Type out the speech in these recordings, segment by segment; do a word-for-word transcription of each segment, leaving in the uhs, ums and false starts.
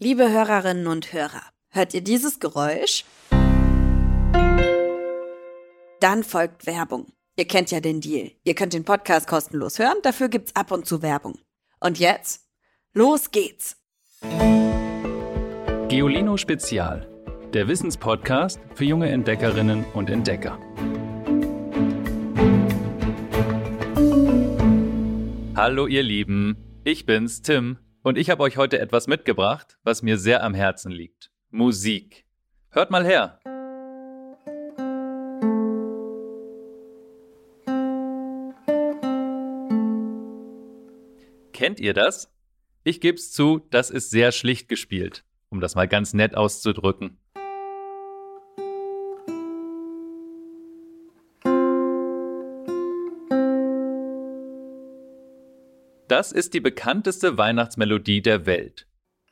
Liebe Hörerinnen und Hörer, hört ihr dieses Geräusch? Dann folgt Werbung. Ihr kennt ja den Deal. Ihr könnt den Podcast kostenlos hören, dafür gibt's ab und zu Werbung. Und jetzt, los geht's! Geolino Spezial, der Wissenspodcast für junge Entdeckerinnen und Entdecker. Hallo ihr Lieben, ich bin's, Tim, und ich habe euch heute etwas mitgebracht, was mir sehr am Herzen liegt. Musik. Hört mal her. Kennt ihr das? Ich geb's zu, das ist sehr schlicht gespielt, um das mal ganz nett auszudrücken. Das ist die bekannteste Weihnachtsmelodie der Welt.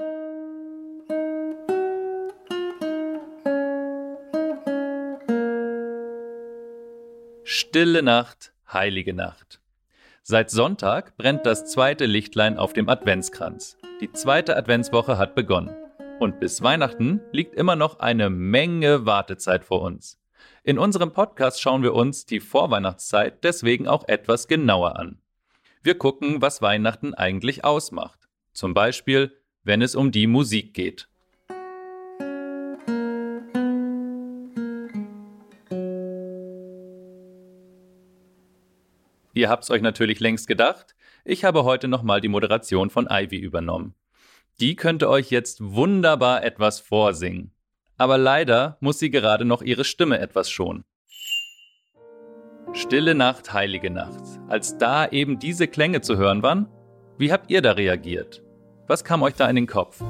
Stille Nacht, heilige Nacht. Seit Sonntag brennt das zweite Lichtlein auf dem Adventskranz. Die zweite Adventswoche hat begonnen. Und bis Weihnachten liegt immer noch eine Menge Wartezeit vor uns. In unserem Podcast schauen wir uns die Vorweihnachtszeit deswegen auch etwas genauer an. Wir gucken, was Weihnachten eigentlich ausmacht. Zum Beispiel, wenn es um die Musik geht. Ihr habt's euch natürlich längst gedacht, ich habe heute nochmal die Moderation von Ivy übernommen. Die könnte euch jetzt wunderbar etwas vorsingen. Aber leider muss sie gerade noch ihre Stimme etwas schonen. Stille Nacht, heilige Nacht. Als da eben diese Klänge zu hören waren, wie habt ihr da reagiert? Was kam euch da in den Kopf?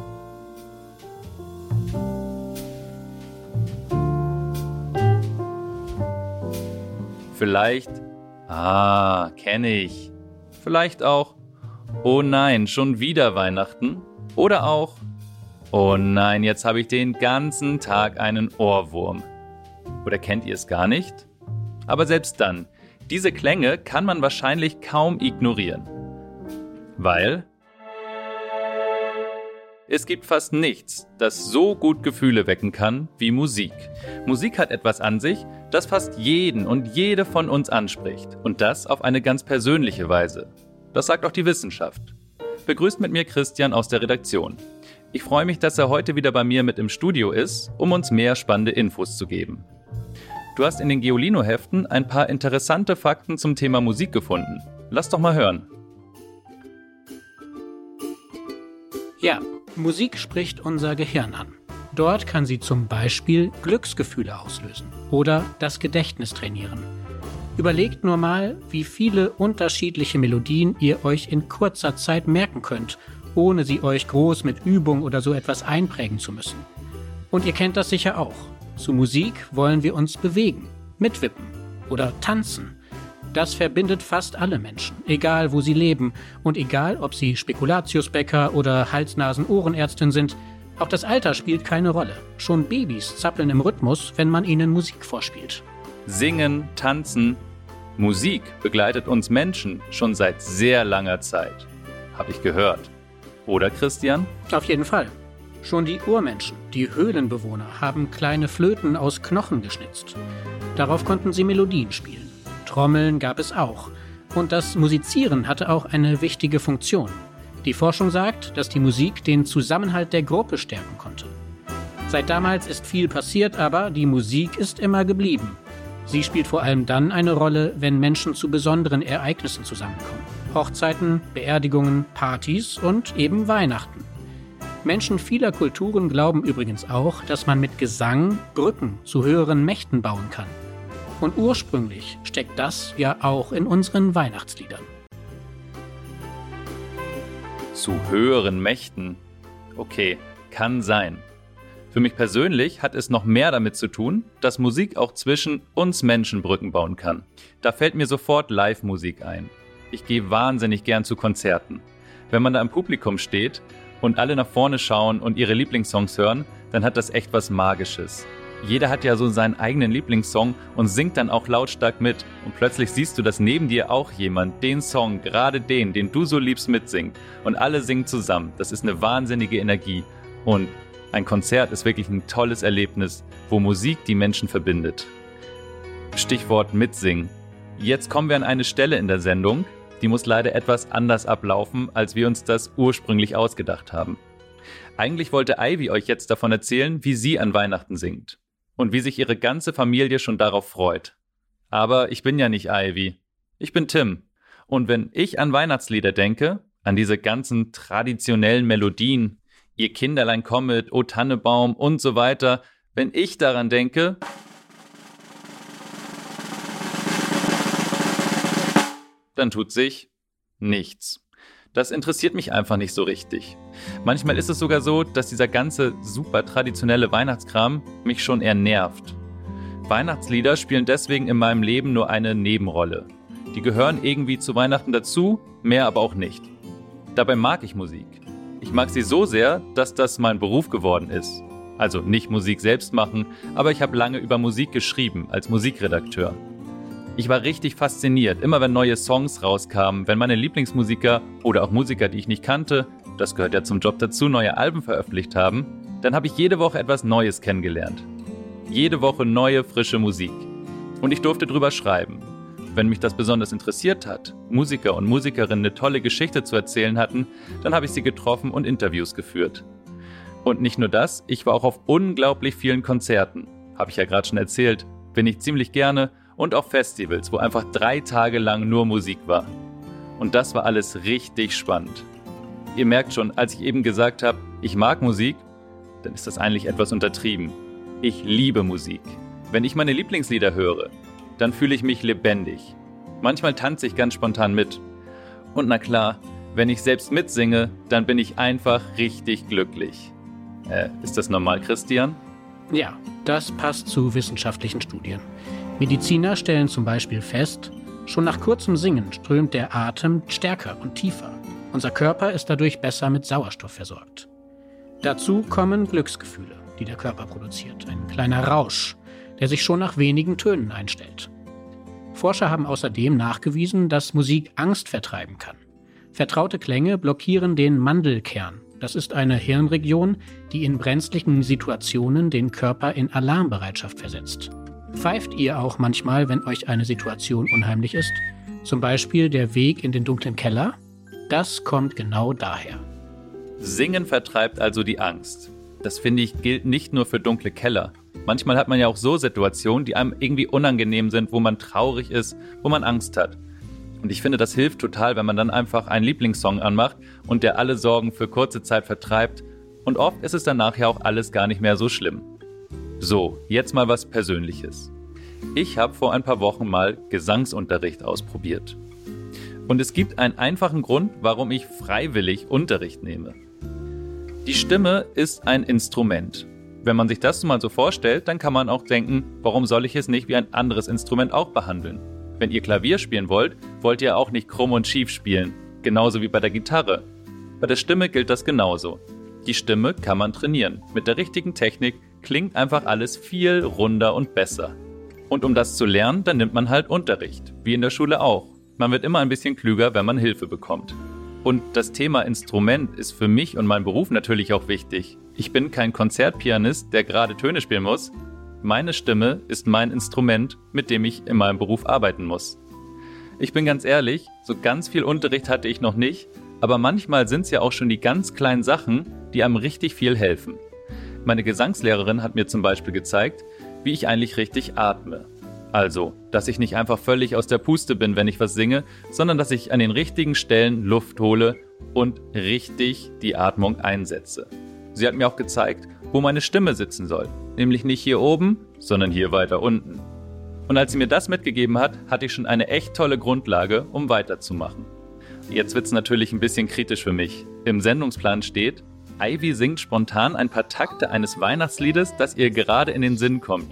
Vielleicht, ah, kenne ich. Vielleicht auch, oh nein, schon wieder Weihnachten. Oder auch, oh nein, jetzt habe ich den ganzen Tag einen Ohrwurm. Oder kennt ihr es gar nicht? Aber selbst dann, diese Klänge kann man wahrscheinlich kaum ignorieren. Weil es gibt fast nichts, das so gut Gefühle wecken kann wie Musik. Musik hat etwas an sich, das fast jeden und jede von uns anspricht. Und das auf eine ganz persönliche Weise. Das sagt auch die Wissenschaft. Begrüßt mit mir Christian aus der Redaktion. Ich freue mich, dass er heute wieder bei mir mit im Studio ist, um uns mehr spannende Infos zu geben. Du hast in den Geolino-Heften ein paar interessante Fakten zum Thema Musik gefunden. Lass doch mal hören. Ja, Musik spricht unser Gehirn an. Dort kann sie zum Beispiel Glücksgefühle auslösen oder das Gedächtnis trainieren. Überlegt nur mal, wie viele unterschiedliche Melodien ihr euch in kurzer Zeit merken könnt, ohne sie euch groß mit Übung oder so etwas einprägen zu müssen. Und ihr kennt das sicher auch. Zu Musik wollen wir uns bewegen, mitwippen oder tanzen. Das verbindet fast alle Menschen, egal wo sie leben und egal ob sie Spekulatiusbäcker oder Hals-Nasen-Ohrenärztin sind. Auch das Alter spielt keine Rolle. Schon Babys zappeln im Rhythmus, wenn man ihnen Musik vorspielt. Singen, tanzen, Musik begleitet uns Menschen schon seit sehr langer Zeit. Hab ich gehört. Oder, Christian? Auf jeden Fall. Schon die Urmenschen, die Höhlenbewohner, haben kleine Flöten aus Knochen geschnitzt. Darauf konnten sie Melodien spielen. Trommeln gab es auch. Und das Musizieren hatte auch eine wichtige Funktion. Die Forschung sagt, dass die Musik den Zusammenhalt der Gruppe stärken konnte. Seit damals ist viel passiert, aber die Musik ist immer geblieben. Sie spielt vor allem dann eine Rolle, wenn Menschen zu besonderen Ereignissen zusammenkommen. Hochzeiten, Beerdigungen, Partys und eben Weihnachten. Menschen vieler Kulturen glauben übrigens auch, dass man mit Gesang Brücken zu höheren Mächten bauen kann. Und ursprünglich steckt das ja auch in unseren Weihnachtsliedern. Zu höheren Mächten? Okay, kann sein. Für mich persönlich hat es noch mehr damit zu tun, dass Musik auch zwischen uns Menschen Brücken bauen kann. Da fällt mir sofort Live-Musik ein. Ich gehe wahnsinnig gern zu Konzerten. Wenn man da im Publikum steht und alle nach vorne schauen und ihre Lieblingssongs hören, dann hat das echt was Magisches. Jeder hat ja so seinen eigenen Lieblingssong und singt dann auch lautstark mit. Und plötzlich siehst du, dass neben dir auch jemand den Song, gerade den, den du so liebst, mitsingt. Und alle singen zusammen. Das ist eine wahnsinnige Energie. Und ein Konzert ist wirklich ein tolles Erlebnis, wo Musik die Menschen verbindet. Stichwort Mitsingen. Jetzt kommen wir an eine Stelle in der Sendung, die muss leider etwas anders ablaufen, als wir uns das ursprünglich ausgedacht haben. Eigentlich wollte Ivy euch jetzt davon erzählen, wie sie an Weihnachten singt und wie sich ihre ganze Familie schon darauf freut. Aber ich bin ja nicht Ivy, ich bin Tim. Und wenn ich an Weihnachtslieder denke, an diese ganzen traditionellen Melodien, Ihr Kinderlein kommet, O Tannebaum und so weiter, wenn ich daran denke, dann tut sich nichts. Das interessiert mich einfach nicht so richtig. Manchmal ist es sogar so, dass dieser ganze super traditionelle Weihnachtskram mich schon eher nervt. Weihnachtslieder spielen deswegen in meinem Leben nur eine Nebenrolle. Die gehören irgendwie zu Weihnachten dazu, mehr aber auch nicht. Dabei mag ich Musik. Ich mag sie so sehr, dass das mein Beruf geworden ist. Also nicht Musik selbst machen, aber ich habe lange über Musik geschrieben, als Musikredakteur. Ich war richtig fasziniert, immer wenn neue Songs rauskamen, wenn meine Lieblingsmusiker oder auch Musiker, die ich nicht kannte, das gehört ja zum Job dazu, neue Alben veröffentlicht haben, dann habe ich jede Woche etwas Neues kennengelernt. Jede Woche neue, frische Musik. Und ich durfte drüber schreiben. Wenn mich das besonders interessiert hat, Musiker und Musikerinnen eine tolle Geschichte zu erzählen hatten, dann habe ich sie getroffen und Interviews geführt. Und nicht nur das, ich war auch auf unglaublich vielen Konzerten. Habe ich ja gerade schon erzählt, bin ich ziemlich gerne und auf Festivals, wo einfach drei Tage lang nur Musik war. Und das war alles richtig spannend. Ihr merkt schon, als ich eben gesagt habe, ich mag Musik, dann ist das eigentlich etwas untertrieben. Ich liebe Musik. Wenn ich meine Lieblingslieder höre, dann fühle ich mich lebendig. Manchmal tanze ich ganz spontan mit. Und na klar, wenn ich selbst mitsinge, dann bin ich einfach richtig glücklich. Äh, ist das normal, Christian? Ja, das passt zu wissenschaftlichen Studien. Mediziner stellen zum Beispiel fest, schon nach kurzem Singen strömt der Atem stärker und tiefer. Unser Körper ist dadurch besser mit Sauerstoff versorgt. Dazu kommen Glücksgefühle, die der Körper produziert. Ein kleiner Rausch, der sich schon nach wenigen Tönen einstellt. Forscher haben außerdem nachgewiesen, dass Musik Angst vertreiben kann. Vertraute Klänge blockieren den Mandelkern. Das ist eine Hirnregion, die in brenzlichen Situationen den Körper in Alarmbereitschaft versetzt. Pfeift ihr auch manchmal, wenn euch eine Situation unheimlich ist? Zum Beispiel der Weg in den dunklen Keller? Das kommt genau daher. Singen vertreibt also die Angst. Das finde ich gilt nicht nur für dunkle Keller. Manchmal hat man ja auch so Situationen, die einem irgendwie unangenehm sind, wo man traurig ist, wo man Angst hat. Und ich finde, das hilft total, wenn man dann einfach einen Lieblingssong anmacht und der alle Sorgen für kurze Zeit vertreibt. Und oft ist es danach ja auch alles gar nicht mehr so schlimm. So, jetzt mal was Persönliches. Ich habe vor ein paar Wochen mal Gesangsunterricht ausprobiert. Und es gibt einen einfachen Grund, warum ich freiwillig Unterricht nehme. Die Stimme ist ein Instrument. Wenn man sich das mal so vorstellt, dann kann man auch denken, warum soll ich es nicht wie ein anderes Instrument auch behandeln? Wenn ihr Klavier spielen wollt, wollt ihr auch nicht krumm und schief spielen, genauso wie bei der Gitarre. Bei der Stimme gilt das genauso. Die Stimme kann man trainieren. Mit der richtigen Technik klingt einfach alles viel runder und besser. Und um das zu lernen, dann nimmt man halt Unterricht, wie in der Schule auch. Man wird immer ein bisschen klüger, wenn man Hilfe bekommt. Und das Thema Instrument ist für mich und meinen Beruf natürlich auch wichtig. Ich bin kein Konzertpianist, der gerade Töne spielen muss. Meine Stimme ist mein Instrument, mit dem ich in meinem Beruf arbeiten muss. Ich bin ganz ehrlich, so ganz viel Unterricht hatte ich noch nicht, aber manchmal sind es ja auch schon die ganz kleinen Sachen, die einem richtig viel helfen. Meine Gesangslehrerin hat mir zum Beispiel gezeigt, wie ich eigentlich richtig atme. Also, dass ich nicht einfach völlig aus der Puste bin, wenn ich was singe, sondern dass ich an den richtigen Stellen Luft hole und richtig die Atmung einsetze. Sie hat mir auch gezeigt, wo meine Stimme sitzen soll. Nämlich nicht hier oben, sondern hier weiter unten. Und als sie mir das mitgegeben hat, hatte ich schon eine echt tolle Grundlage, um weiterzumachen. Jetzt wird's natürlich ein bisschen kritisch für mich. Im Sendungsplan steht, Ivy singt spontan ein paar Takte eines Weihnachtsliedes, das ihr gerade in den Sinn kommt.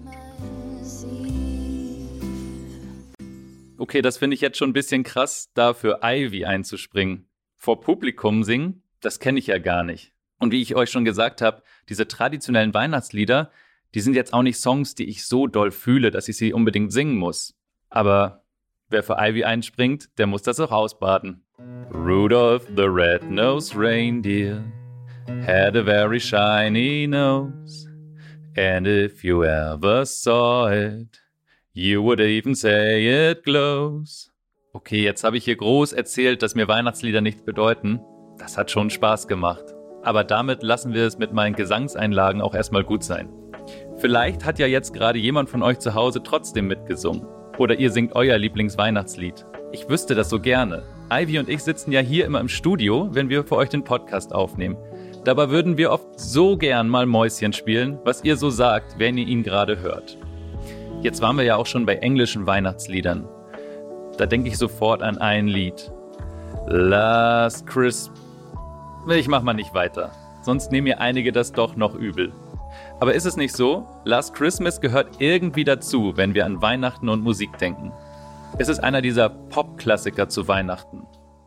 Okay, das finde ich jetzt schon ein bisschen krass, da für Ivy einzuspringen. Vor Publikum singen, das kenne ich ja gar nicht. Und wie ich euch schon gesagt habe, diese traditionellen Weihnachtslieder, die sind jetzt auch nicht Songs, die ich so doll fühle, dass ich sie unbedingt singen muss. Aber wer für Ivy einspringt, der muss das auch ausbaden. Rudolph the Red-Nosed Reindeer had a very shiny nose, and if you ever saw it, you would even say it glows. Okay, jetzt habe ich hier groß erzählt, dass mir Weihnachtslieder nichts bedeuten. Das hat schon Spaß gemacht. Aber damit lassen wir es mit meinen Gesangseinlagen auch erstmal gut sein. Vielleicht hat ja jetzt gerade jemand von euch zu Hause trotzdem mitgesungen. Oder ihr singt euer Lieblingsweihnachtslied. Ich wüsste das so gerne. Ivy und ich sitzen ja hier immer im Studio, wenn wir für euch den Podcast aufnehmen. Dabei würden wir oft so gern mal Mäuschen spielen, was ihr so sagt, wenn ihr ihn gerade hört. Jetzt waren wir ja auch schon bei englischen Weihnachtsliedern. Da denke ich sofort an ein Lied. Last Christmas. Ich mach mal nicht weiter, sonst nehmen mir einige das doch noch übel. Aber ist es nicht so? Last Christmas gehört irgendwie dazu, wenn wir an Weihnachten und Musik denken. Es ist einer dieser Pop-Klassiker zu Weihnachten.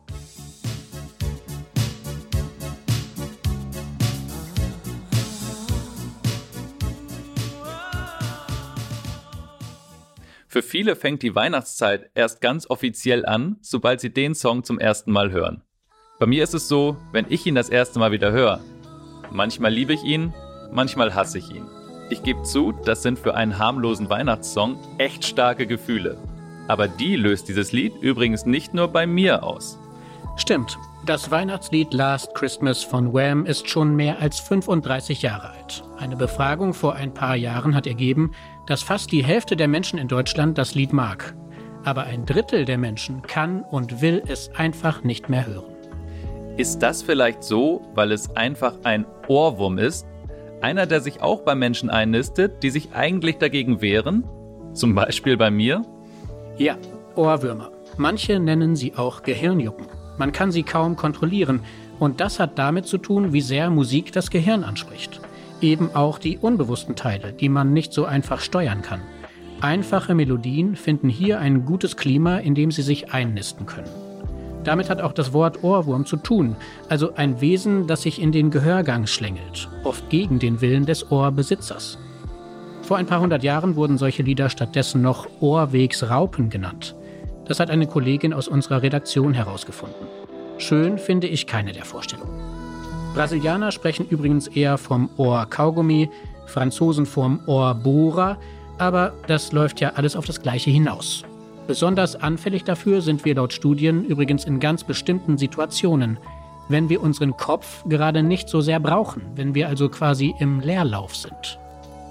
Für viele fängt die Weihnachtszeit erst ganz offiziell an, sobald sie den Song zum ersten Mal hören. Bei mir ist es so, wenn ich ihn das erste Mal wieder höre. Manchmal liebe ich ihn, manchmal hasse ich ihn. Ich gebe zu, das sind für einen harmlosen Weihnachtssong echt starke Gefühle. Aber die löst dieses Lied übrigens nicht nur bei mir aus. Stimmt, das Weihnachtslied Last Christmas von Wham ist schon mehr als fünfunddreißig Jahre alt. Eine Befragung vor ein paar Jahren hat ergeben, dass fast die Hälfte der Menschen in Deutschland das Lied mag. Aber ein Drittel der Menschen kann und will es einfach nicht mehr hören. Ist das vielleicht so, weil es einfach ein Ohrwurm ist? Einer, der sich auch bei Menschen einnistet, die sich eigentlich dagegen wehren? Zum Beispiel bei mir? Ja, Ohrwürmer. Manche nennen sie auch Gehirnjucken. Man kann sie kaum kontrollieren. Und das hat damit zu tun, wie sehr Musik das Gehirn anspricht. Eben auch die unbewussten Teile, die man nicht so einfach steuern kann. Einfache Melodien finden hier ein gutes Klima, in dem sie sich einnisten können. Damit hat auch das Wort Ohrwurm zu tun, also ein Wesen, das sich in den Gehörgang schlängelt, oft gegen den Willen des Ohrbesitzers. Vor ein paar hundert Jahren wurden solche Lieder stattdessen noch Ohrwegsraupen genannt. Das hat eine Kollegin aus unserer Redaktion herausgefunden. Schön finde ich keine der Vorstellungen. Brasilianer sprechen übrigens eher vom Ohrkaugummi, Franzosen vom Ohrbohrer, aber das läuft ja alles auf das Gleiche hinaus. Besonders anfällig dafür sind wir laut Studien übrigens in ganz bestimmten Situationen, wenn wir unseren Kopf gerade nicht so sehr brauchen, wenn wir also quasi im Leerlauf sind.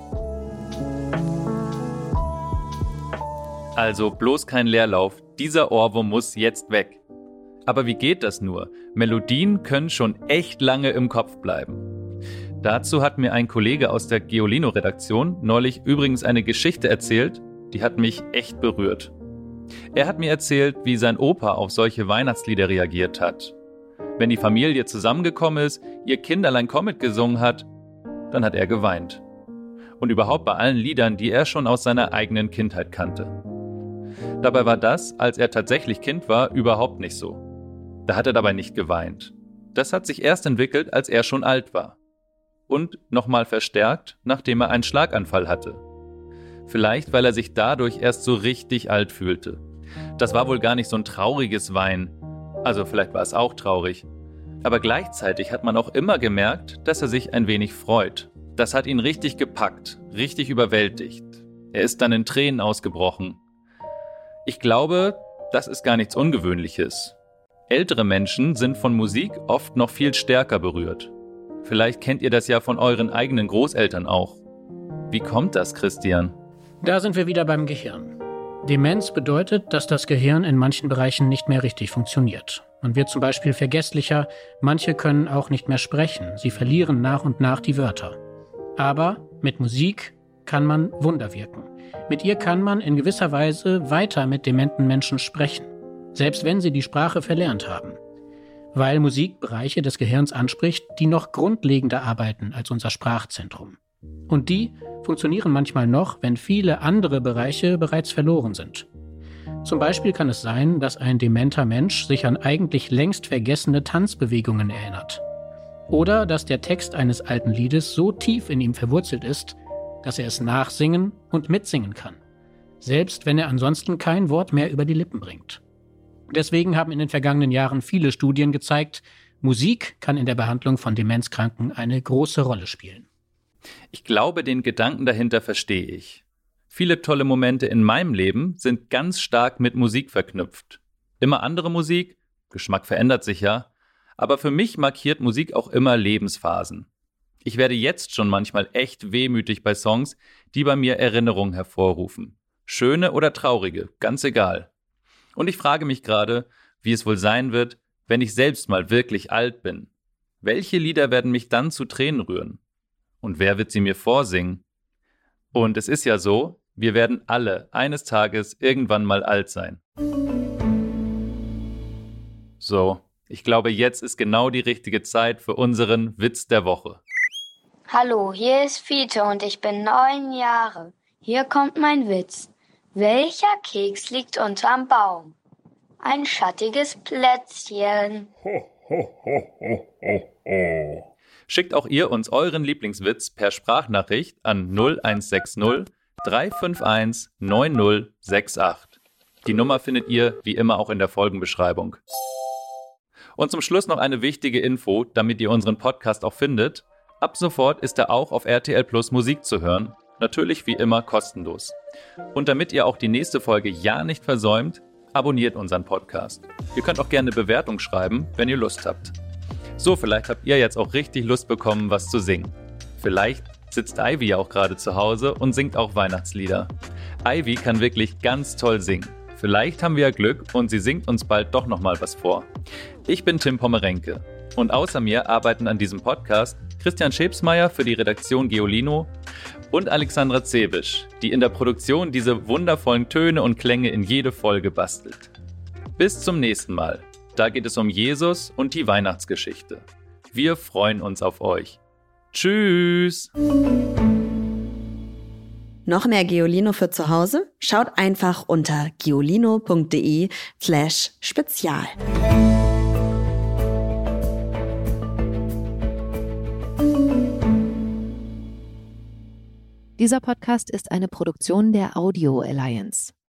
Also bloß kein Leerlauf, dieser Ohrwurm muss jetzt weg. Aber wie geht das nur? Melodien können schon echt lange im Kopf bleiben. Dazu hat mir ein Kollege aus der Geolino-Redaktion neulich übrigens eine Geschichte erzählt, die hat mich echt berührt. Er hat mir erzählt, wie sein Opa auf solche Weihnachtslieder reagiert hat. Wenn die Familie zusammengekommen ist, ihr Kinderlein Comet gesungen hat, dann hat er geweint. Und überhaupt bei allen Liedern, die er schon aus seiner eigenen Kindheit kannte. Dabei war das, als er tatsächlich Kind war, überhaupt nicht so. Da hat er dabei nicht geweint. Das hat sich erst entwickelt, als er schon alt war. Und nochmal verstärkt, nachdem er einen Schlaganfall hatte. Vielleicht, weil er sich dadurch erst so richtig alt fühlte. Das war wohl gar nicht so ein trauriges Weinen. Also vielleicht war es auch traurig. Aber gleichzeitig hat man auch immer gemerkt, dass er sich ein wenig freut. Das hat ihn richtig gepackt, richtig überwältigt. Er ist dann in Tränen ausgebrochen. Ich glaube, das ist gar nichts Ungewöhnliches. Ältere Menschen sind von Musik oft noch viel stärker berührt. Vielleicht kennt ihr das ja von euren eigenen Großeltern auch. Wie kommt das, Christian? Da sind wir wieder beim Gehirn. Demenz bedeutet, dass das Gehirn in manchen Bereichen nicht mehr richtig funktioniert. Man wird zum Beispiel vergesslicher, manche können auch nicht mehr sprechen, sie verlieren nach und nach die Wörter. Aber mit Musik kann man Wunder wirken. Mit ihr kann man in gewisser Weise weiter mit dementen Menschen sprechen, selbst wenn sie die Sprache verlernt haben. Weil Musik Bereiche des Gehirns anspricht, die noch grundlegender arbeiten als unser Sprachzentrum. Und die funktionieren manchmal noch, wenn viele andere Bereiche bereits verloren sind. Zum Beispiel kann es sein, dass ein dementer Mensch sich an eigentlich längst vergessene Tanzbewegungen erinnert. Oder dass der Text eines alten Liedes so tief in ihm verwurzelt ist, dass er es nachsingen und mitsingen kann, selbst wenn er ansonsten kein Wort mehr über die Lippen bringt. Deswegen haben in den vergangenen Jahren viele Studien gezeigt, Musik kann in der Behandlung von Demenzkranken eine große Rolle spielen. Ich glaube, den Gedanken dahinter verstehe ich. Viele tolle Momente in meinem Leben sind ganz stark mit Musik verknüpft. Immer andere Musik, Geschmack verändert sich ja, aber für mich markiert Musik auch immer Lebensphasen. Ich werde jetzt schon manchmal echt wehmütig bei Songs, die bei mir Erinnerungen hervorrufen. Schöne oder traurige, ganz egal. Und ich frage mich gerade, wie es wohl sein wird, wenn ich selbst mal wirklich alt bin. Welche Lieder werden mich dann zu Tränen rühren? Und wer wird sie mir vorsingen? Und es ist ja so, wir werden alle eines Tages irgendwann mal alt sein. So, ich glaube, jetzt ist genau die richtige Zeit für unseren Witz der Woche. Hallo, hier ist Fiete und ich bin neun Jahre. Hier kommt mein Witz. Welcher Keks liegt unterm Baum? Ein schattiges Plätzchen. Schickt auch ihr uns euren Lieblingswitz per Sprachnachricht an null eins sechs null drei fünf eins neun null sechs acht. Die Nummer findet ihr wie immer auch in der Folgenbeschreibung. Und zum Schluss noch eine wichtige Info, damit ihr unseren Podcast auch findet. Ab sofort ist er auch auf R T L Plus Musik zu hören. Natürlich wie immer kostenlos. Und damit ihr auch die nächste Folge ja nicht versäumt, abonniert unseren Podcast. Ihr könnt auch gerne eine Bewertung schreiben, wenn ihr Lust habt. So, vielleicht habt ihr jetzt auch richtig Lust bekommen, was zu singen. Vielleicht sitzt Ivy ja auch gerade zu Hause und singt auch Weihnachtslieder. Ivy kann wirklich ganz toll singen. Vielleicht haben wir ja Glück und sie singt uns bald doch nochmal was vor. Ich bin Tim Pommerenke und außer mir arbeiten an diesem Podcast Christian Schäpsmeier für die Redaktion Geolino und Alexandra Zebisch, die in der Produktion diese wundervollen Töne und Klänge in jede Folge bastelt. Bis zum nächsten Mal. Da geht es um Jesus und die Weihnachtsgeschichte. Wir freuen uns auf euch. Tschüss! Noch mehr Geolino für zu Hause? Schaut einfach unter geolino.de slash spezial. Dieser Podcast ist eine Produktion der Audio Alliance.